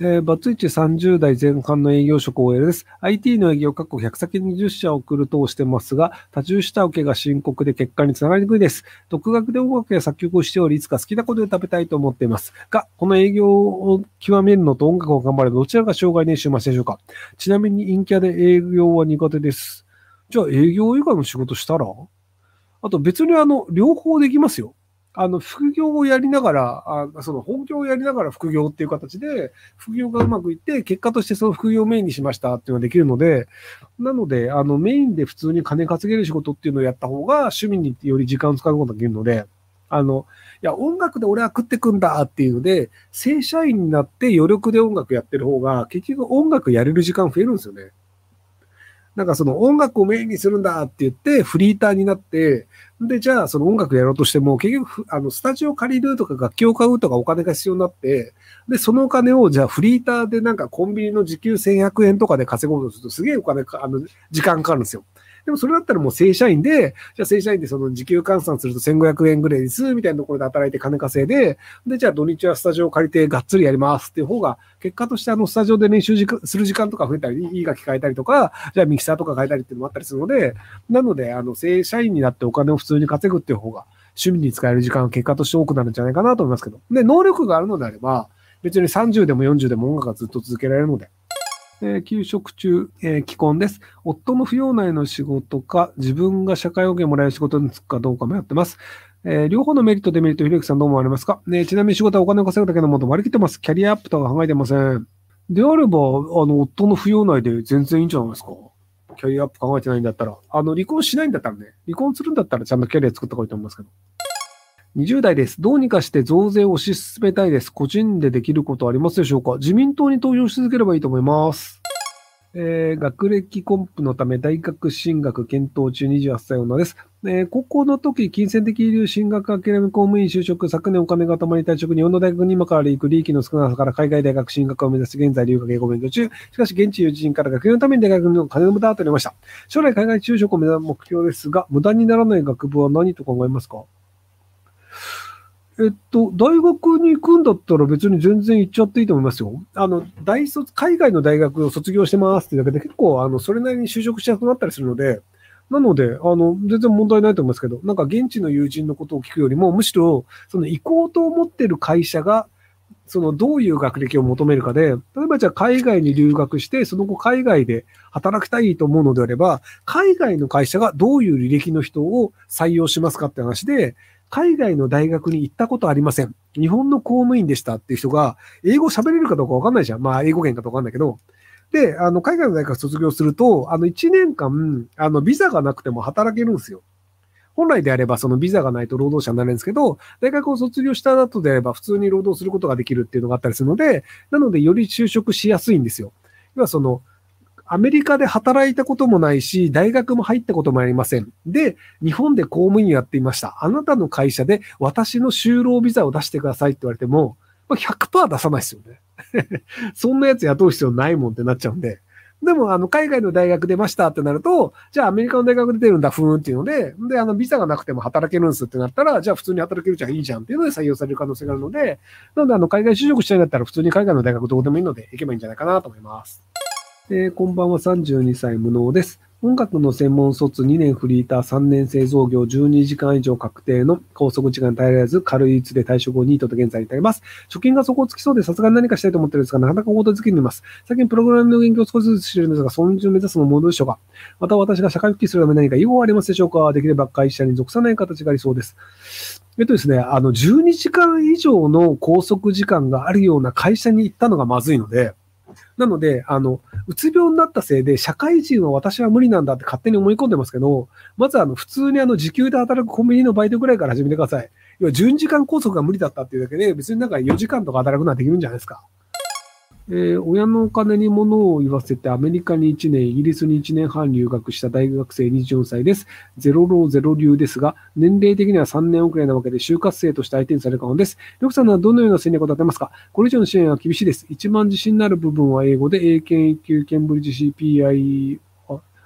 バツイチ30代前半の営業職 OL です。IT の営業各100先20社を送るとしてますが、多重下請けが深刻で結果につながりにくいです。独学で音楽や作曲をしており、いつか好きなことで食べたいと思っていますが、この営業を極めるのと音楽を頑張るどちらが生涯年収増しでしょうか。ちなみに陰キャで営業は苦手です。じゃあ営業以外の仕事したら、あと別に両方できますよ。副業をやりながら、その本業をやりながら副業っていう形で、副業がうまくいって、結果としてその副業をメインにしましたっていうのができるので、なので、メインで普通に金稼げる仕事っていうのをやった方が、趣味により時間を使うことができるので、いや、音楽で俺は食ってくんだっていうので、正社員になって余力で音楽やってる方が、結局音楽やれる時間増えるんですよね。なんかその音楽をメインにするんだって言ってフリーターになって、で、じゃあその音楽やろうとしても結局スタジオ借りるとか楽器を買うとかお金が必要になって、で、そのお金をじゃあフリーターでなんかコンビニの時給1100円とかで稼ごうとするとすげえお金か、時間かかるんですよ。でもそれだったらもう正社員で、じゃあ正社員でその時給換算すると1500円ぐらいです、みたいなところで働いて金稼いで、で、じゃあ土日はスタジオを借りてがっつりやりますっていう方が、結果としてスタジオで練習する時間とか増えたり、いい楽器変えたりとか、じゃあミキサーとか変えたりっていうのもあったりするので、なので、正社員になってお金を普通に稼ぐっていう方が、趣味に使える時間が結果として多くなるんじゃないかなと思いますけど。で、能力があるのであれば、別に30でも40でも音楽がずっと続けられるので、休職中、既婚です。夫の扶養内の仕事か、自分が社会保険をもらえる仕事に就くかどうか迷ってます。両方のメリット、デメリット、ひろゆきさんどう思われますか？ちなみに仕事はお金を稼ぐだけのものと割り切ってます。キャリアアップとか考えてません。であれば、夫の扶養内で全然いいんじゃないですか。キャリアアップ考えてないんだったら。離婚しないんだったらね、離婚するんだったらちゃんとキャリア作った方がいいと思いますけど。20代です。どうにかして増税を推し進めたいです。個人でできることはありますでしょうか？自民党に投票し続ければいいと思います。学歴コンプのため大学進学検討中28歳女です。高校の時、金銭的流進学諦め公務員就職、昨年お金がたまり退職、日本の大学に今から行く利益の少なさから海外大学進学を目指し、現在留学英語勉強中。しかし、現地友人から学業のために大学の金の無駄と言われました。将来海外就職を目指す目標ですが、無駄にならない学部は何と考えますか？大学に行くんだったら別に全然行っちゃっていいと思いますよ。海外の大学を卒業してますっていうだけで結構、それなりに就職しやすくなったりするので、なので、全然問題ないと思いますけど、なんか現地の友人のことを聞くよりも、むしろ、その行こうと思ってる会社が、そのどういう学歴を求めるかで、例えばじゃあ海外に留学して、その後海外で働きたいと思うのであれば、海外の会社がどういう履歴の人を採用しますかって話で、海外の大学に行ったことありません。日本の公務員でしたっていう人が、英語喋れるかどうかわかんないじゃん。まあ、英語圏かどうかわかんないけど。で、海外の大学卒業すると、1年間、ビザがなくても働けるんですよ。本来であれば、そのビザがないと労働者になれるんですけど、大学を卒業した後であれば、普通に労働することができるっていうのがあったりするので、なので、より就職しやすいんですよ。要はその、アメリカで働いたこともないし、大学も入ったこともありません。で、日本で公務員やっていました。あなたの会社で私の就労ビザを出してくださいって言われても、100% 出さないですよね。そんなやつ雇う必要ないもんってなっちゃうんで。でも、海外の大学出ましたってなると、じゃあアメリカの大学出てるんだ、ふーんっていうので、で、ビザがなくても働けるんですってなったら、じゃあ普通に働けるじゃん、いいじゃんっていうので採用される可能性があるので、なので、海外就職したいんだったら普通に海外の大学どうでもいいので行けばいいんじゃないかなと思います。こんばんは、32歳無能です。音楽の専門卒2年フリーター3年製造業12時間以上確定の拘束時間に耐えられず軽い鬱で退職後ニートと現在に至ります。貯金が底をつきそうでさすがに何かしたいと思ってるんですが、なかなか行動づけにいます。最近プログラミングの勉強を少しずつしているんですが、その道を目指すのもどうでしょうか。また私が社会復帰するために何か以後はありますでしょうか。できれば会社に属さない形がありそうです。ですね、12時間以上の拘束時間があるような会社に行ったのがまずいので、なので、うつ病になったせいで、社会人は私は無理なんだって勝手に思い込んでますけど、まず普通に時給で働くコンビニのバイトぐらいから始めてください。要は12時間拘束が無理だったっていうだけで、別になんか4時間とか働くのはできるんじゃないですか。親のお金に物を言わせてアメリカに1年、イギリスに1年半留学した大学生24歳です。ゼロ浪ゼロ流ですが、年齢的には3年遅れなわけで就活生として相手にされるかもです。りょくさんはどのような戦略を立てますか？これ以上の支援は厳しいです。一番自信のある部分は英語で、英検1級ケンブリッジ CPI、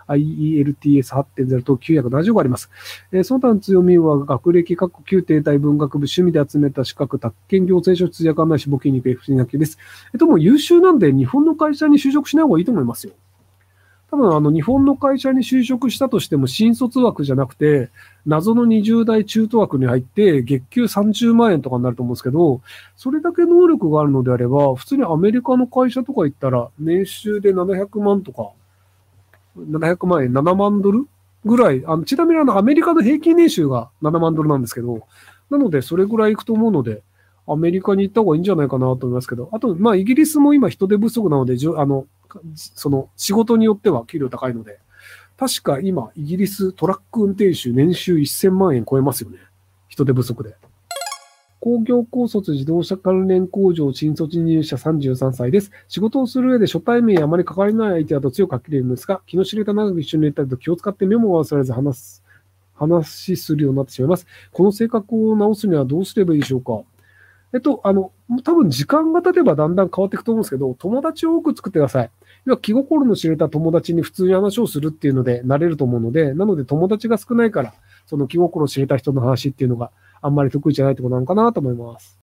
IELTS8.0 と975あります。その他の強みは、学歴、旧定体文学部、趣味で集めた資格、宅建行政書出役案内志望筋肉 FC なきです。もう優秀なんで、日本の会社に就職しない方がいいと思いますよ。多分日本の会社に就職したとしても、新卒枠じゃなくて、謎の20代中途枠に入って、月給30万円とかになると思うんですけど、それだけ能力があるのであれば、普通にアメリカの会社とか行ったら、年収で700万とか、700万円、7万ドルぐらい、ちなみにアメリカの平均年収が7万ドルなんですけど、なので、それぐらい行くと思うので、アメリカに行った方がいいんじゃないかなと思いますけど、あと、イギリスも今人手不足なので、その仕事によっては給料高いので、確か今、イギリストラック運転手年収1000万円超えますよね。人手不足で。工業高卒自動車関連工場新卒入社33歳です。仕事をする上で初対面やあまり関わりない相手だと強く書けるんですが、気の知れた長く一緒にいたりと気を使ってメモを忘れず話するようになってしまいます。この性格を直すにはどうすればいいでしょうか。多分時間が経てばだんだん変わっていくと思うんですけど、友達を多く作ってください。要は気心の知れた友達に普通に話をするっていうので慣れると思うので、なので友達が少ないから、その気心知れた人の話っていうのがあんまり得意じゃないってことなのかなと思います。